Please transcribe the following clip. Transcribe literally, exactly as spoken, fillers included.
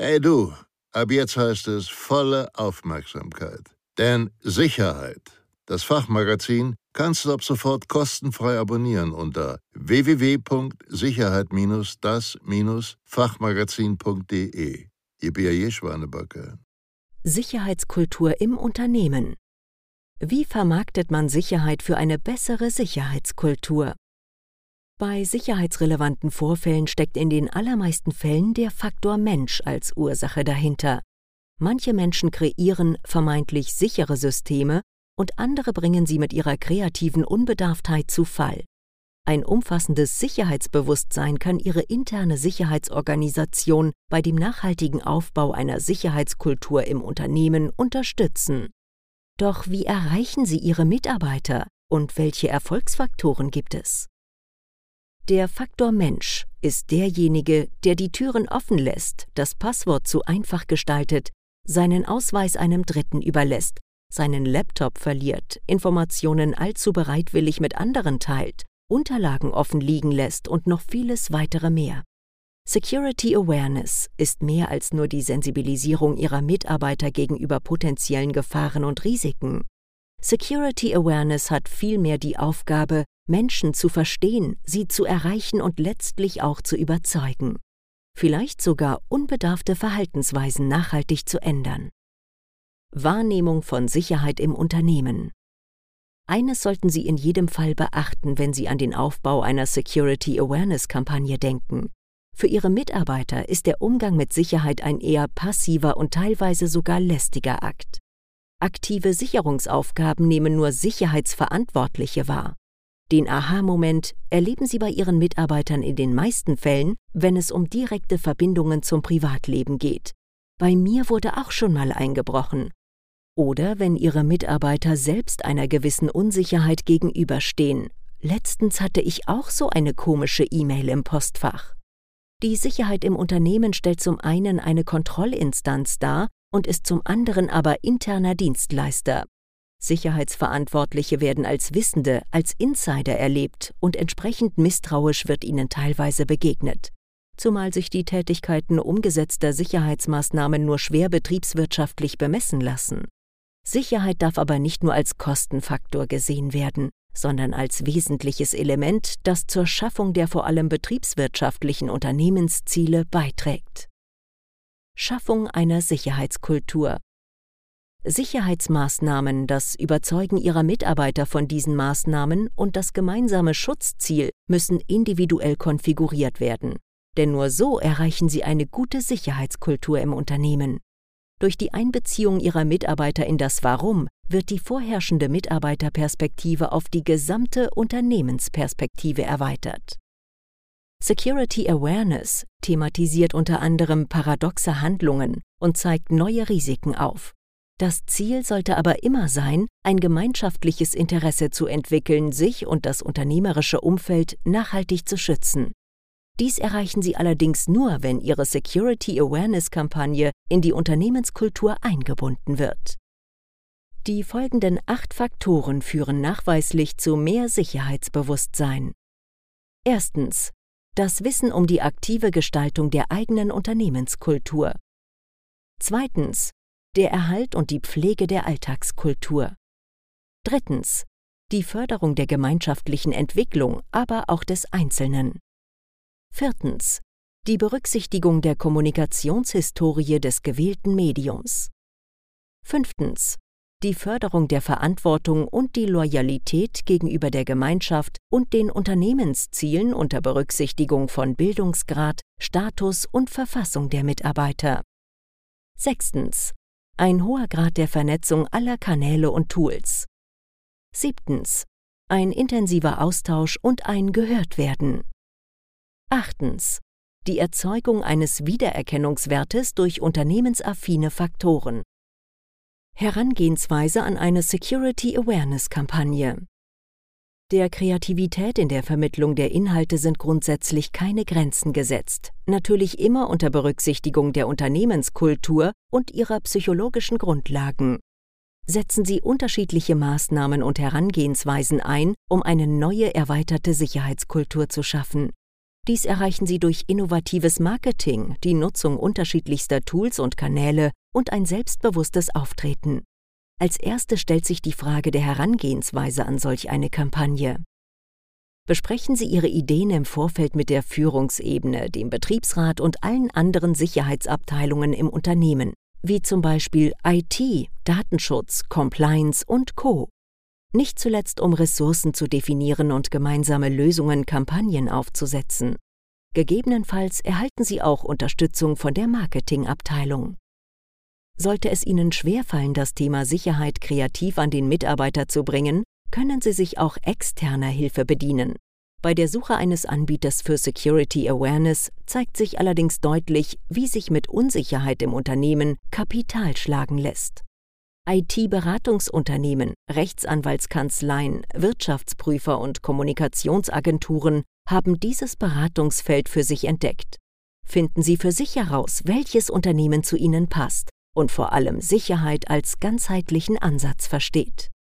Hey du, ab jetzt heißt es volle Aufmerksamkeit. Denn Sicherheit, das Fachmagazin, kannst du ab sofort kostenfrei abonnieren unter w w w punkt sicherheit das Fachmagazin punkt de. Ihr B A J Schwanebacke. Sicherheitskultur im Unternehmen. Wie vermarktet man Sicherheit für eine bessere Sicherheitskultur? Bei sicherheitsrelevanten Vorfällen steckt in den allermeisten Fällen der Faktor Mensch als Ursache dahinter. Manche Menschen kreieren vermeintlich sichere Systeme und andere bringen sie mit ihrer kreativen Unbedarftheit zu Fall. Ein umfassendes Sicherheitsbewusstsein kann ihre interne Sicherheitsorganisation bei dem nachhaltigen Aufbau einer Sicherheitskultur im Unternehmen unterstützen. Doch wie erreichen sie ihre Mitarbeiter und welche Erfolgsfaktoren gibt es? Der Faktor Mensch ist derjenige, der die Türen offen lässt, das Passwort zu einfach gestaltet, seinen Ausweis einem Dritten überlässt, seinen Laptop verliert, Informationen allzu bereitwillig mit anderen teilt, Unterlagen offen liegen lässt und noch vieles weitere mehr. Security Awareness ist mehr als nur die Sensibilisierung ihrer Mitarbeiter gegenüber potenziellen Gefahren und Risiken. Security Awareness hat vielmehr die Aufgabe, Menschen zu verstehen, sie zu erreichen und letztlich auch zu überzeugen. Vielleicht sogar unbedarfte Verhaltensweisen nachhaltig zu ändern. Wahrnehmung von Sicherheit im Unternehmen. Eines sollten Sie in jedem Fall beachten, wenn Sie an den Aufbau einer Security Awareness-Kampagne denken. Für Ihre Mitarbeiter ist der Umgang mit Sicherheit ein eher passiver und teilweise sogar lästiger Akt. Aktive Sicherungsaufgaben nehmen nur Sicherheitsverantwortliche wahr. Den Aha-Moment erleben Sie bei Ihren Mitarbeitern in den meisten Fällen, wenn es um direkte Verbindungen zum Privatleben geht. Bei mir wurde auch schon mal eingebrochen. Oder wenn Ihre Mitarbeiter selbst einer gewissen Unsicherheit gegenüberstehen. Letztens hatte ich auch so eine komische E-Mail im Postfach. Die Sicherheit im Unternehmen stellt zum einen eine Kontrollinstanz dar und ist zum anderen aber interner Dienstleister. Sicherheitsverantwortliche werden als Wissende, als Insider erlebt und entsprechend misstrauisch wird ihnen teilweise begegnet. Zumal sich die Tätigkeiten umgesetzter Sicherheitsmaßnahmen nur schwer betriebswirtschaftlich bemessen lassen. Sicherheit darf aber nicht nur als Kostenfaktor gesehen werden, sondern als wesentliches Element, das zur Schaffung der vor allem betriebswirtschaftlichen Unternehmensziele beiträgt. Schaffung einer Sicherheitskultur. Sicherheitsmaßnahmen, das Überzeugen ihrer Mitarbeiter von diesen Maßnahmen und das gemeinsame Schutzziel müssen individuell konfiguriert werden. Denn nur so erreichen sie eine gute Sicherheitskultur im Unternehmen. Durch die Einbeziehung ihrer Mitarbeiter in das Warum wird die vorherrschende Mitarbeiterperspektive auf die gesamte Unternehmensperspektive erweitert. Security Awareness thematisiert unter anderem paradoxe Handlungen und zeigt neue Risiken auf. Das Ziel sollte aber immer sein, ein gemeinschaftliches Interesse zu entwickeln, sich und das unternehmerische Umfeld nachhaltig zu schützen. Dies erreichen Sie allerdings nur, wenn Ihre Security-Awareness-Kampagne in die Unternehmenskultur eingebunden wird. Die folgenden acht Faktoren führen nachweislich zu mehr Sicherheitsbewusstsein. Erstens. Das Wissen um die aktive Gestaltung der eigenen Unternehmenskultur. Zweitens. Der Erhalt und die Pflege der Alltagskultur. Drittens. Die Förderung der gemeinschaftlichen Entwicklung, aber auch des Einzelnen. Viertens. Die Berücksichtigung der Kommunikationshistorie des gewählten Mediums. Fünftens. Die Förderung der Verantwortung und die Loyalität gegenüber der Gemeinschaft und den Unternehmenszielen unter Berücksichtigung von Bildungsgrad, Status und Verfassung der Mitarbeiter. Sechstens. Ein hoher Grad der Vernetzung aller Kanäle und Tools. Siebtens. Ein intensiver Austausch und ein Gehörtwerden. Achtens. Die Erzeugung eines Wiedererkennungswertes durch unternehmensaffine Faktoren. Herangehensweise an eine Security-Awareness-Kampagne. Der Kreativität in der Vermittlung der Inhalte sind grundsätzlich keine Grenzen gesetzt, natürlich immer unter Berücksichtigung der Unternehmenskultur und ihrer psychologischen Grundlagen. Setzen Sie unterschiedliche Maßnahmen und Herangehensweisen ein, um eine neue, erweiterte Sicherheitskultur zu schaffen. Dies erreichen Sie durch innovatives Marketing, die Nutzung unterschiedlichster Tools und Kanäle und ein selbstbewusstes Auftreten. Als erste stellt sich die Frage der Herangehensweise an solch eine Kampagne. Besprechen Sie Ihre Ideen im Vorfeld mit der Führungsebene, dem Betriebsrat und allen anderen Sicherheitsabteilungen im Unternehmen, wie zum Beispiel I T, Datenschutz, Compliance und Co. Nicht zuletzt, um Ressourcen zu definieren und gemeinsame Lösungen, Kampagnen aufzusetzen. Gegebenenfalls erhalten Sie auch Unterstützung von der Marketingabteilung. Sollte es Ihnen schwerfallen, das Thema Sicherheit kreativ an den Mitarbeiter zu bringen, können Sie sich auch externer Hilfe bedienen. Bei der Suche eines Anbieters für Security Awareness zeigt sich allerdings deutlich, wie sich mit Unsicherheit im Unternehmen Kapital schlagen lässt. I T-Beratungsunternehmen, Rechtsanwaltskanzleien, Wirtschaftsprüfer und Kommunikationsagenturen haben dieses Beratungsfeld für sich entdeckt. Finden Sie für sich heraus, welches Unternehmen zu Ihnen passt und vor allem Sicherheit als ganzheitlichen Ansatz versteht.